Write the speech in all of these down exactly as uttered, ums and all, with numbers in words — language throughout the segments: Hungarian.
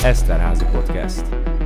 Eszterházi Podcast.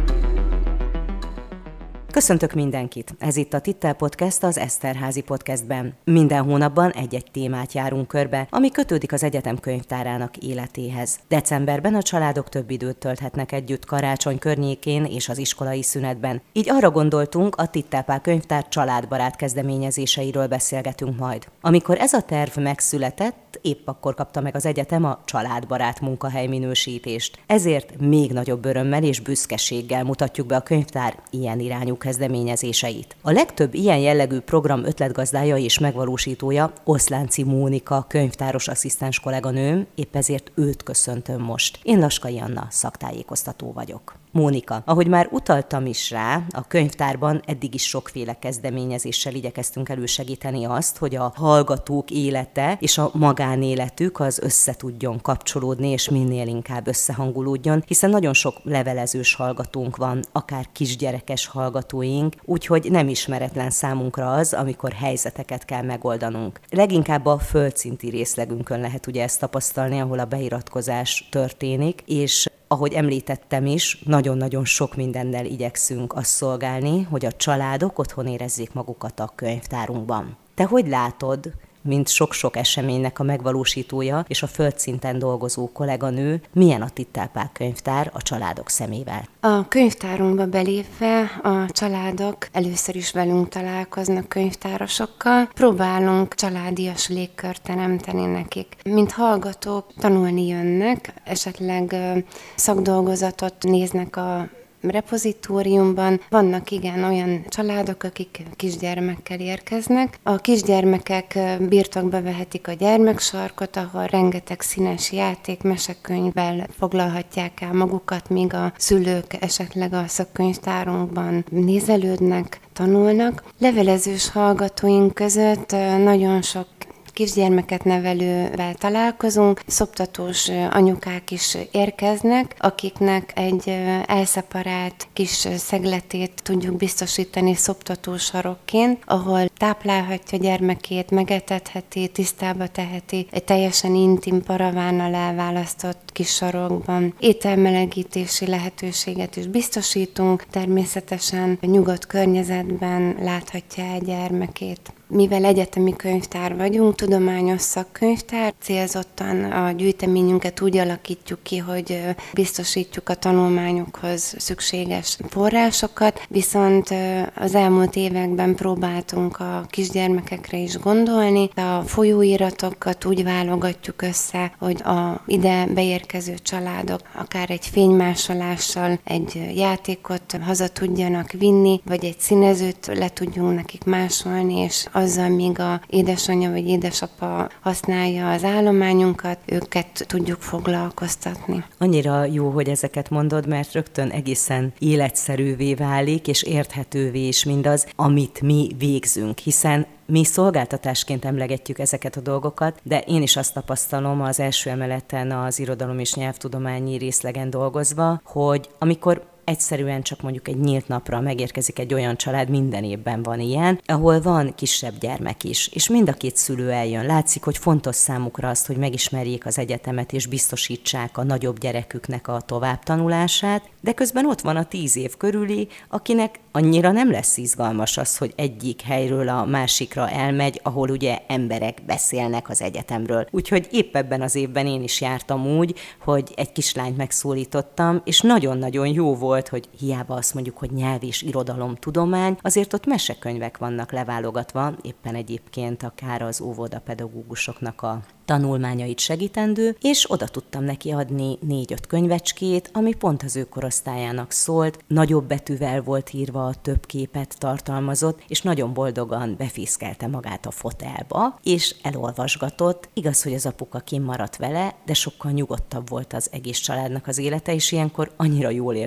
Köszöntök mindenkit! Ez itt a Tittel Podcast az Eszterházi Podcastben. Minden hónapban egy-egy témát járunk körbe, ami kötődik az egyetem könyvtárának életéhez. Decemberben a családok több időt tölthetnek együtt karácsony környékén és az iskolai szünetben. Így arra gondoltunk, a Tittel Pál könyvtár családbarát kezdeményezéseiről beszélgetünk majd. Amikor ez a terv megszületett, épp akkor kapta meg az egyetem a családbarát munkahely minősítést. Ezért még nagyobb örömmel és büszkeséggel mutatjuk be a könyvtár ilyen irányú kezdeményezéseit. A legtöbb ilyen jellegű program ötletgazdája és megvalósítója Oszlánci Mónika, könyvtáros asszisztens kolléganőm, épp ezért őt köszöntöm most. Én Laskai Anna, szaktájékoztató vagyok. Mónika, ahogy már utaltam is rá, a könyvtárban eddig is sokféle kezdeményezéssel igyekeztünk elősegíteni azt, hogy a hallgatók élete és a magánéletük az össze tudjon kapcsolódni, és minél inkább összehangolódjon, hiszen nagyon sok levelezős hallgatónk van, akár kisgyerekes hallgatóink, úgyhogy nem ismeretlen számunkra az, amikor helyzeteket kell megoldanunk. Leginkább a földszinti részlegünkön lehet ugye ezt tapasztalni, ahol a beiratkozás történik, és ahogy említettem is, nagyon-nagyon sok mindennel igyekszünk azt szolgálni, hogy a családok otthon érezzék magukat a könyvtárunkban. Te hogy látod, mint sok-sok eseménynek a megvalósítója és a földszinten dolgozó kolléganő, milyen a Tittel Pál könyvtár a családok szemével? A könyvtárunkba belépve a családok először is velünk találkoznak könyvtárosokkal, próbálunk családias légkört teremteni nekik. Mint hallgatók tanulni jönnek, esetleg szakdolgozatot néznek a repozitóriumban. Vannak igen olyan családok, akik kisgyermekkel érkeznek. A kisgyermekek birtokba vehetik a gyermeksarkot, ahol rengeteg színes játék, mesekönyvvel foglalhatják el magukat, míg a szülők esetleg a szakkönyvtárunkban nézelődnek, tanulnak. Levelezős hallgatóink között nagyon sok kisgyermeket nevelővel találkozunk, szoptatós anyukák is érkeznek, akiknek egy elszeparált kis szegletét tudjuk biztosítani szoptatós sarokként, ahol táplálhatja gyermekét, megetetheti, tisztába teheti, egy teljesen intim paravánnal elválasztott kis sarokban. Ételmelegítési lehetőséget is biztosítunk, természetesen nyugodt környezetben láthatja el gyermekét. Mivel egyetemi könyvtár vagyunk, tudományos szakkönyvtár, célzottan a gyűjteményünket úgy alakítjuk ki, hogy biztosítjuk a tanulmányokhoz szükséges forrásokat, viszont az elmúlt években próbáltunk a kisgyermekekre is gondolni. A folyóiratokat úgy válogatjuk össze, hogy a ide beérkező családok akár egy fénymásolással egy játékot haza tudjanak vinni, vagy egy színezőt le tudjunk nekik másolni, és azzal, míg a édesanyja vagy édesapa használja az állományunkat, őket tudjuk foglalkoztatni. Annyira jó, hogy ezeket mondod, mert rögtön egészen életszerűvé válik, és érthetővé is mindaz, amit mi végzünk, hiszen mi szolgáltatásként emlegetjük ezeket a dolgokat, de én is azt tapasztalom az első emeleten az irodalom és nyelvtudományi részlegen dolgozva, hogy amikor egyszerűen csak mondjuk egy nyílt napra megérkezik egy olyan család, minden évben van ilyen, ahol van kisebb gyermek is, és mind a két szülő eljön. Látszik, hogy fontos számukra azt, hogy megismerjék az egyetemet, és biztosítsák a nagyobb gyereküknek a továbbtanulását, de közben ott van a tíz év körüli, akinek annyira nem lesz izgalmas az, hogy egyik helyről a másikra elmegy, ahol ugye emberek beszélnek az egyetemről. Úgyhogy épp ebben az évben én is jártam úgy, hogy egy kislányt megszólítottam, és nagyon-nagyon jó volt, hogy hiába azt mondjuk, hogy nyelv és irodalom tudomány, azért ott mesekönyvek vannak leválogatva, éppen egyébként akár az óvodapedagógusoknak a tanulmányait segítendő, és oda tudtam neki adni négy-öt könyvecskét, ami pont az ő korosztályának szólt, nagyobb betűvel volt írva, több képet tartalmazott, és nagyon boldogan befészkelte magát a fotelba, és elolvasgatott. Igaz, hogy az apuka kimaradt vele, de sokkal nyugodtabb volt az egész családnak az élete, és ilyenkor annyira jól érzi magát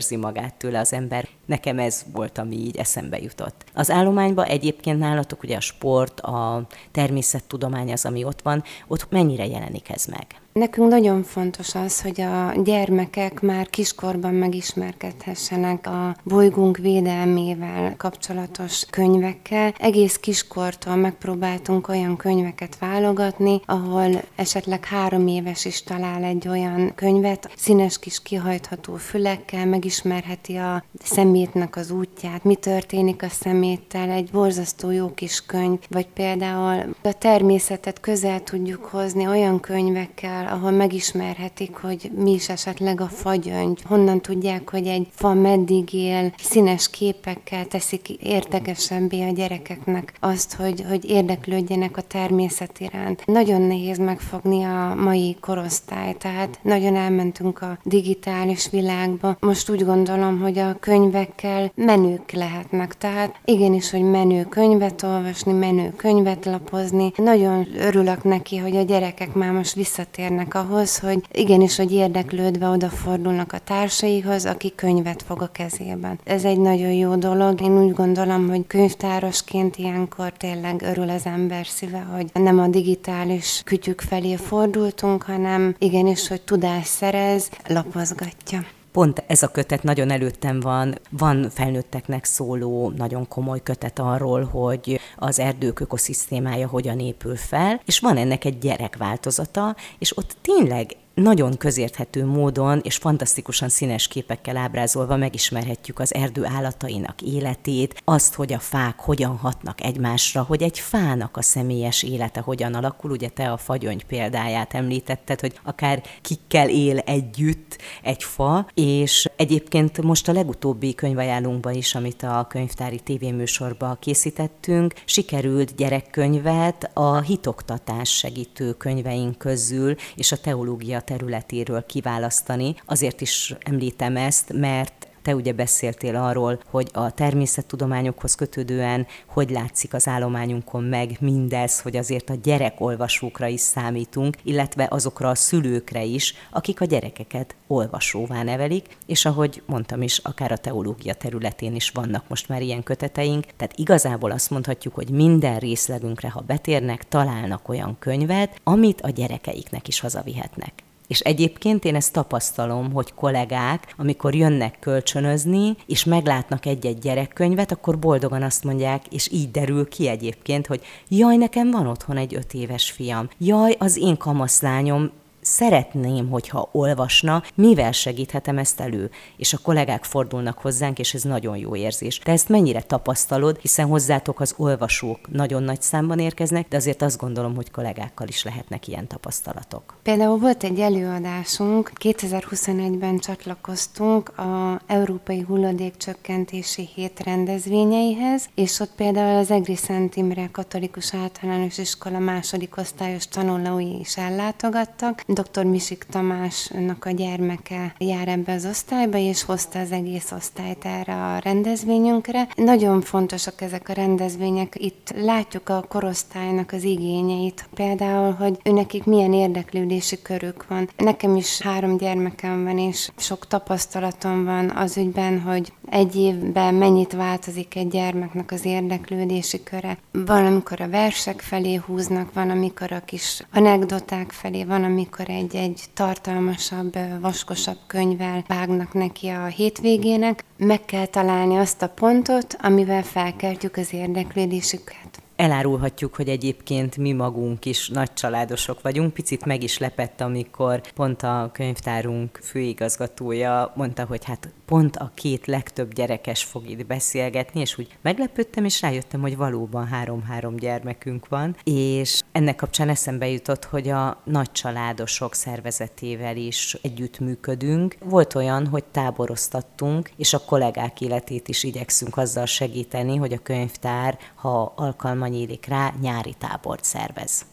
magát tőle az ember. Nekem ez volt, ami így eszembe jutott. Az állományban egyébként nálatok ugye a sport, a természettudomány az, ami ott van, ott mennyire jelenik ez meg? Nekünk nagyon fontos az, hogy a gyermekek már kiskorban megismerkedhessenek a bolygónk védelmével kapcsolatos könyvekkel. Egész kiskortól megpróbáltunk olyan könyveket válogatni, ahol esetleg három éves is talál egy olyan könyvet, színes kis kihajtható fülekkel, megismerheti a szemétnek az útját, mi történik a szeméttel, egy borzasztó jó kis könyv, vagy például a természetet közel tudjuk hozni olyan könyvekkel, ahol megismerhetik, hogy mi is esetleg a fagyöngy, honnan tudják, hogy egy fa meddig él, színes képekkel teszik érdekesebbé a gyerekeknek azt, hogy, hogy érdeklődjenek a természet iránt. Nagyon nehéz megfogni a mai korosztályt, tehát nagyon elmentünk a digitális világba. Most úgy gondolom, hogy a könyvekkel menők lehetnek, tehát igenis, hogy menő könyvet olvasni, menő könyvet lapozni. Nagyon örülök neki, hogy a gyerekek már most visszatérnek ahhoz, hogy igenis, hogy érdeklődve odafordulnak a társaihoz, aki könyvet fog a kezében. Ez egy nagyon jó dolog. Én úgy gondolom, hogy könyvtárosként ilyenkor tényleg örül az ember szíve, hogy nem a digitális kütyük felé fordultunk, hanem igenis, hogy tudást szerez, lapozgatja. Pont ez a kötet nagyon előttem van, van felnőtteknek szóló nagyon komoly kötet arról, hogy az erdők ökoszisztémája hogyan épül fel, és van ennek egy gyerekváltozata, és ott tényleg nagyon közérthető módon és fantasztikusan színes képekkel ábrázolva megismerhetjük az erdő állatainak életét, azt, hogy a fák hogyan hatnak egymásra, hogy egy fának a személyes élete hogyan alakul. Ugye te a fagyöngy példáját említetted, hogy akár kikkel él együtt egy fa, és egyébként most a legutóbbi könyvajánlónkban is, amit a könyvtári tévéműsorba készítettünk, sikerült gyerekkönyvet a hitoktatás segítő könyveink közül és a teológia területéről kiválasztani. Azért is említem ezt, mert te ugye beszéltél arról, hogy a természettudományokhoz kötődően hogy látszik az állományunkon meg mindez, hogy azért a gyerekolvasókra is számítunk, illetve azokra a szülőkre is, akik a gyerekeket olvasóvá nevelik, és ahogy mondtam is, akár a teológia területén is vannak most már ilyen köteteink, tehát igazából azt mondhatjuk, hogy minden részlegünkre, ha betérnek, találnak olyan könyvet, amit a gyerekeiknek is hazavihetnek. És egyébként én ezt tapasztalom, hogy kollégák, amikor jönnek kölcsönözni, és meglátnak egy-egy gyerekkönyvet, akkor boldogan azt mondják, és így derül ki egyébként, hogy jaj, nekem van otthon egy öt éves fiam, jaj, az én kamaszlányom, szeretném, hogyha olvasna, mivel segíthetem ezt elő. És a kollégák fordulnak hozzánk, és ez nagyon jó érzés. Te ezt mennyire tapasztalod, hiszen hozzátok az olvasók nagyon nagy számban érkeznek, de azért azt gondolom, hogy kollégákkal is lehetnek ilyen tapasztalatok. Például volt egy előadásunk, kétezer-huszonegyben csatlakoztunk az Európai Hulladékcsökkentési Hét rendezvényeihez, és ott például az Egri Szent Imre Katolikus Általános Iskola második osztályos tanulói is ellátogattak. doktor Misik Tamásnak a gyermeke jár ebbe az osztályba, és hozta az egész osztályt erre a rendezvényünkre. Nagyon fontosak ezek a rendezvények. Itt látjuk a korosztálynak az igényeit. Például, hogy őnekik milyen érdeklődési körük van. Nekem is három gyermekem van, és sok tapasztalatom van az ügyben, hogy egy évben mennyit változik egy gyermeknek az érdeklődési köre. Van, amikor a versek felé húznak, van, amikor a kis anekdoták felé, van, amikor egy-egy tartalmasabb, vaskosabb könyvvel vágnak neki a hétvégének. Meg kell találni azt a pontot, amivel felkeltjük az érdeklődésüket. Elárulhatjuk, hogy egyébként mi magunk is nagy családosok vagyunk. Picit meg is lepett, amikor pont a könyvtárunk főigazgatója mondta, hogy hát pont a két legtöbb gyerekes fog itt beszélgetni, és úgy meglepődtem, és rájöttem, hogy valóban három-három gyermekünk van, és ennek kapcsán eszembe jutott, hogy a nagy családosok szervezetével is együttműködünk. Volt olyan, hogy táboroztattunk, és a kollégák életét is igyekszünk azzal segíteni, hogy a könyvtár, ha alkalma nyílik rá, nyári tábort szervez.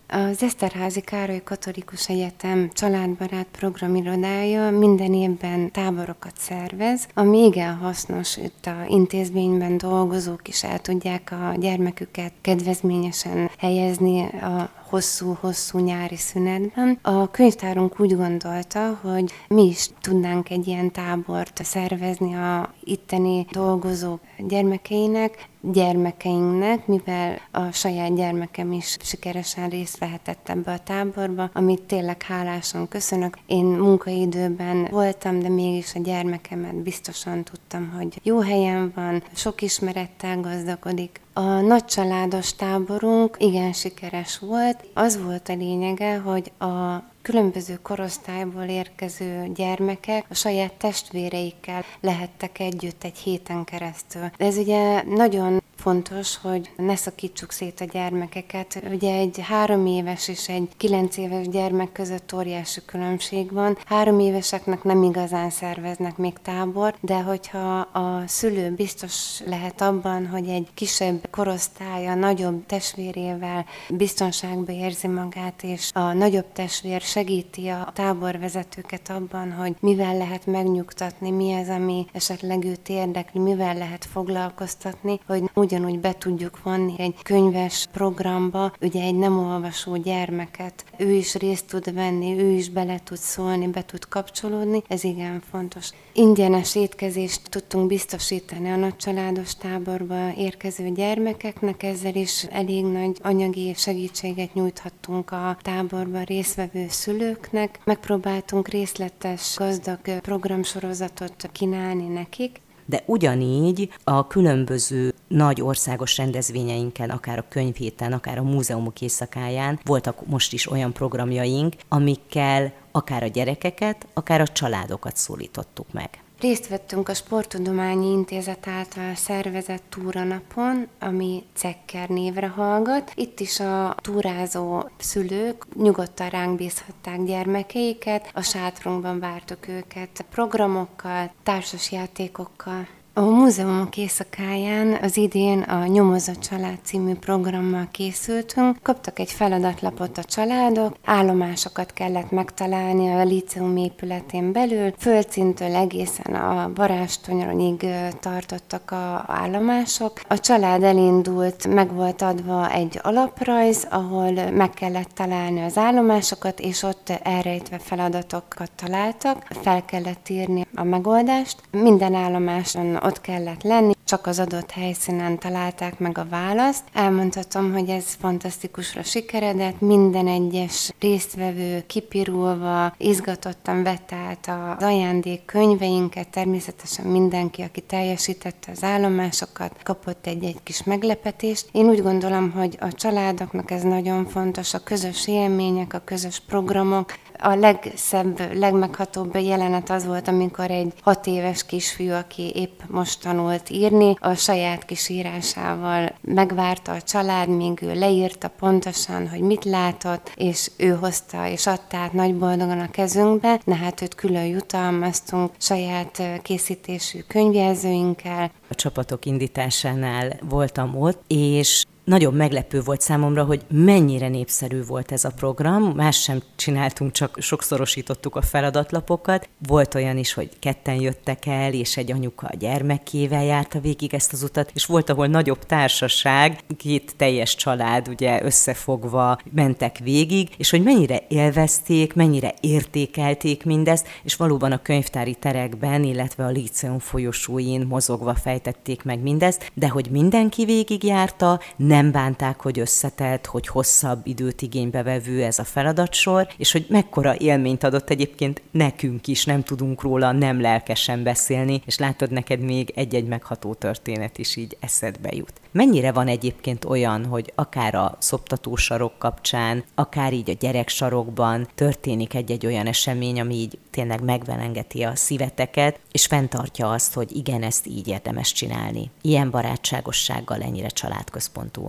Az Eszterházy Károly Katolikus Egyetem családbarát programirodája minden évben táborokat szervez, ami igen hasznos, itt a intézményben dolgozók is el tudják a gyermeküket kedvezményesen helyezni a hosszú-hosszú nyári szünetben. A könyvtárunk úgy gondolta, hogy mi is tudnánk egy ilyen tábort szervezni a itteni dolgozók gyermekeinek, gyermekeinknek, mivel a saját gyermekem is sikeresen részt vehetett ebbe a táborba, amit tényleg hálásan köszönök. Én munkaidőben voltam, de mégis a gyermekemet biztosan tudtam, hogy jó helyen van, sok ismerettel gazdagodik. A nagycsaládos táborunk igen sikeres volt. Az volt a lényege, hogy a különböző korosztályból érkező gyermekek a saját testvéreikkel lehettek együtt egy héten keresztül. Ez ugye nagyon fontos, hogy ne szakítsuk szét a gyermekeket. Ugye egy három éves és egy kilenc éves gyermek között óriási különbség van. Három éveseknek nem igazán szerveznek még tábor, de hogyha a szülő biztos lehet abban, hogy egy kisebb korosztálya nagyobb testvérével biztonságban érzi magát, és a nagyobb testvér segíti a táborvezetőket abban, hogy mivel lehet megnyugtatni, mi az, ami esetleg őt érdekli, mivel lehet foglalkoztatni, hogy ugyanúgy be tudjuk vonni egy könyves programba, ugye egy nem olvasó gyermeket. Ő is részt tud venni, ő is bele tud szólni, be tud kapcsolódni, ez igen fontos. Ingyenes étkezést tudtunk biztosítani a nagycsaládos táborba érkező gyermekeknek, ezzel is elég nagy anyagi segítséget nyújthattunk a táborban résztvevő szülőknek. Megpróbáltunk részletes, gazdag programsorozatot kínálni nekik. De ugyanígy a különböző nagy országos rendezvényeinken, akár a könyvhéten, akár a múzeumok éjszakáján voltak most is olyan programjaink, amikkel akár a gyerekeket, akár a családokat szólítottuk meg. Részt vettünk a Sporttudományi Intézet által szervezett túranapon, ami Cekker névre hallgat. Itt is a túrázó szülők nyugodtan ránk bízhatták gyermekeiket, a sátrunkban vártuk őket programokkal, társasjátékokkal. A múzeumok éjszakáján az idén a Nyomozott család című programmal készültünk. Kaptak egy feladatlapot a családok, állomásokat kellett megtalálni a líceum épületén belül, földszintől egészen a varázstonyronig tartottak a állomások. A család elindult, meg volt adva egy alaprajz, ahol meg kellett találni az állomásokat, és ott elrejtve feladatokat találtak. Fel kellett írni a megoldást. Minden állomáson ott kellett lenni, csak az adott helyszínen találták meg a választ. Elmondhatom, hogy ez fantasztikusra sikeredett, minden egyes résztvevő kipirulva, izgatottan vette át az ajándékkönyveinket, természetesen mindenki, aki teljesítette az állomásokat, kapott egy-egy kis meglepetést. Én úgy gondolom, hogy a családoknak ez nagyon fontos, a közös élmények, a közös programok. A legszebb, legmeghatóbb jelenet az volt, amikor egy hat éves kisfiú, aki épp most tanult írni, a saját kis írásával megvárta a család, míg ő leírta pontosan, hogy mit látott, és ő hozta és adta át nagy boldogan a kezünkbe, de hát őt külön jutalmaztunk saját készítésű könyvjelzőinkkel. A csapatok indításánál voltam ott, és nagyon meglepő volt számomra, hogy mennyire népszerű volt ez a program. Más sem csináltunk, csak sokszorosítottuk a feladatlapokat. Volt olyan is, hogy ketten jöttek el, és egy anyuka a gyermekével járta végig ezt az utat, és volt, ahol nagyobb társaság, két teljes család ugye összefogva mentek végig, és hogy mennyire élvezték, mennyire értékelték mindezt, és valóban a könyvtári terekben, illetve a líceum folyosóin mozogva fejtették meg mindezt, de hogy mindenki végigjárta, nem bánták, hogy összetett, hogy hosszabb időt igénybe vevő ez a feladatsor, és hogy mekkora élményt adott egyébként nekünk is, nem tudunk róla nem lelkesen beszélni, és látod, neked még egy-egy megható történet is így eszedbe jut. Mennyire van egyébként olyan, hogy akár a szoptatósarok kapcsán, akár így a gyereksarokban történik egy-egy olyan esemény, ami így tényleg megvelengeti a szíveteket, és fenntartja azt, hogy igen, ezt így érdemes csinálni. Ilyen barátságossággal, ennyire családközpontúan.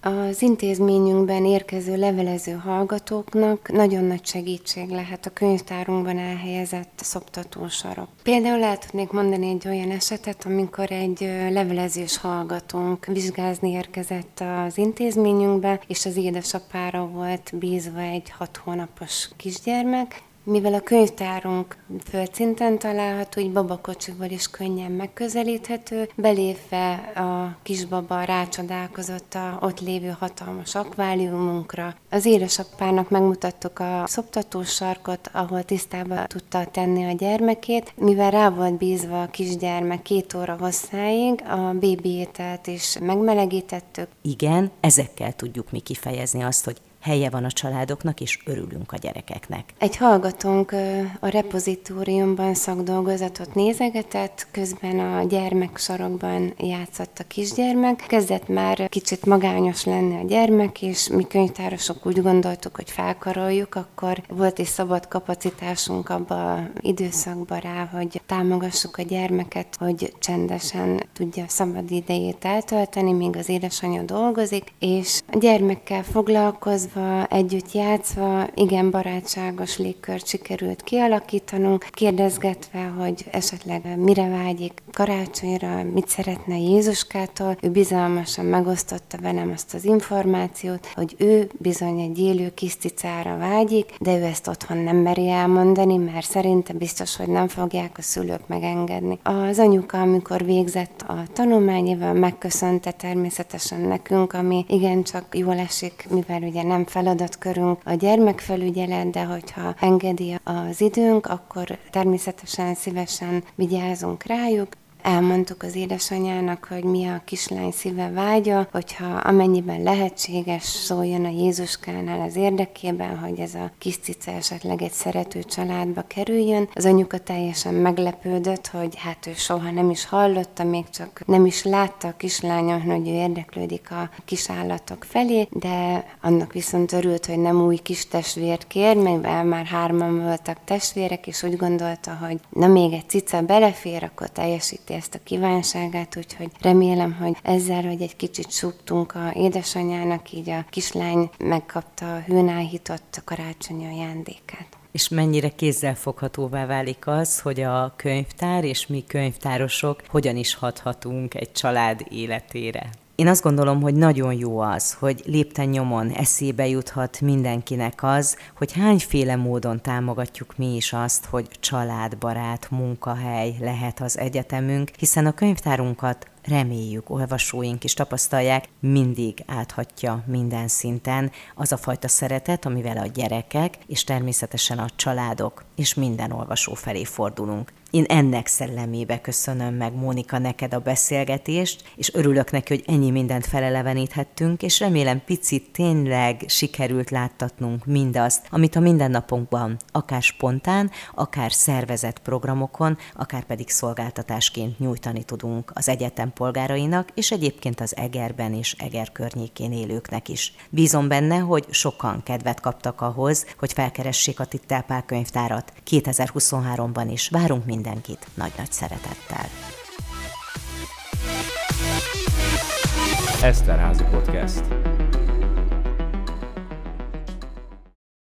Az intézményünkben érkező levelező hallgatóknak nagyon nagy segítség lehet a könyvtárunkban elhelyezett szoptatósarok. Például el tudnék mondani egy olyan esetet, amikor egy levelezős hallgatónk vizsgázni érkezett az intézményünkbe, és az édesapára volt bízva egy hat hónapos kisgyermek. Mivel a könyvtárunk földszinten található, így babakocsival is könnyen megközelíthető, belépve a kisbaba rácsodálkozott a ott lévő hatalmas akváriumunkra. Az édesapának megmutattuk a szoptatós sarkot, ahol tisztába tudta tenni a gyermekét. Mivel rá volt bízva a kisgyermek két óra hosszáig, a bébi ételt is megmelegítettük. Igen, ezekkel tudjuk mi kifejezni azt, hogy helye van a családoknak, és örülünk a gyerekeknek. Egy hallgatónk a repozitóriumban szakdolgozatot nézegetett, közben a gyermeksarokban játszott a kisgyermek. Kezdett már kicsit magányos lenni a gyermek, és mi könyvtárosok úgy gondoltuk, hogy felkaroljuk, akkor volt is szabad kapacitásunk abba az időszakban rá, hogy támogassuk a gyermeket, hogy csendesen tudja szabad idejét eltölteni, míg az édesanyja dolgozik, és a gyermekkel foglalkozva, együtt játszva, igen barátságos légkört sikerült kialakítanunk, kérdezgetve, hogy esetleg mire vágyik karácsonyra, mit szeretne Jézuskától. Ő bizalmasan megosztotta velem azt az információt, hogy ő bizony egy élő kis cicára vágyik, de ő ezt otthon nem meri elmondani, mert szerinte biztos, hogy nem fogják a szülők megengedni. Az anyuka, amikor végzett a tanulmányával, megköszönte természetesen nekünk, ami igencsak jól esik, mivel ugye nem feladatkörünk a gyermekfelügyelet, de hogyha engedi az időnk, akkor természetesen szívesen vigyázunk rájuk. Elmondtuk az édesanyának, hogy mi a kislány szíve vágya, hogyha amennyiben lehetséges, szóljon a Jézuskánál az érdekében, hogy ez a kis cica esetleg egy szerető családba kerüljön. Az anyuka teljesen meglepődött, hogy hát ő soha nem is hallotta, még csak nem is látta a kislányon, hogy ő érdeklődik a kisállatok felé, de annak viszont örült, hogy nem új kis testvért kér, mivel már hárman voltak testvérek, és úgy gondolta, hogy na még egy cica belefér, akkor teljesíti ezt a kívánságát, úgyhogy remélem, hogy ezzel, hogy egy kicsit súgtunk a édesanyának, így a kislány megkapta a hőn áhított karácsonyi ajándékát. És mennyire kézzelfoghatóvá válik az, hogy a könyvtár és mi könyvtárosok hogyan is hathatunk egy család életére. Én azt gondolom, hogy nagyon jó az, hogy lépten nyomon eszébe juthat mindenkinek az, hogy hányféle módon támogatjuk mi is azt, hogy családbarát munkahely lehet az egyetemünk, hiszen a könyvtárunkat reméljük, olvasóink is tapasztalják, mindig áthatja minden szinten az a fajta szeretet, amivel a gyerekek és természetesen a családok és minden olvasó felé fordulunk. Én ennek szellemébe köszönöm meg, Mónika, neked a beszélgetést, és örülök neki, hogy ennyi mindent feleleveníthettünk, és remélem picit tényleg sikerült láttatnunk mindazt, amit a mindennapunkban, akár spontán, akár szervezett programokon, akár pedig szolgáltatásként nyújtani tudunk az egyetem polgárainak, és egyébként az Egerben és Eger környékén élőknek is. Bízom benne, hogy sokan kedvet kaptak ahhoz, hogy felkeressék a Tittel Pál könyvtárat. kétezer-huszonháromban is várunk mindenkit nagy-nagy szeretettel. Eszterházi Podcast.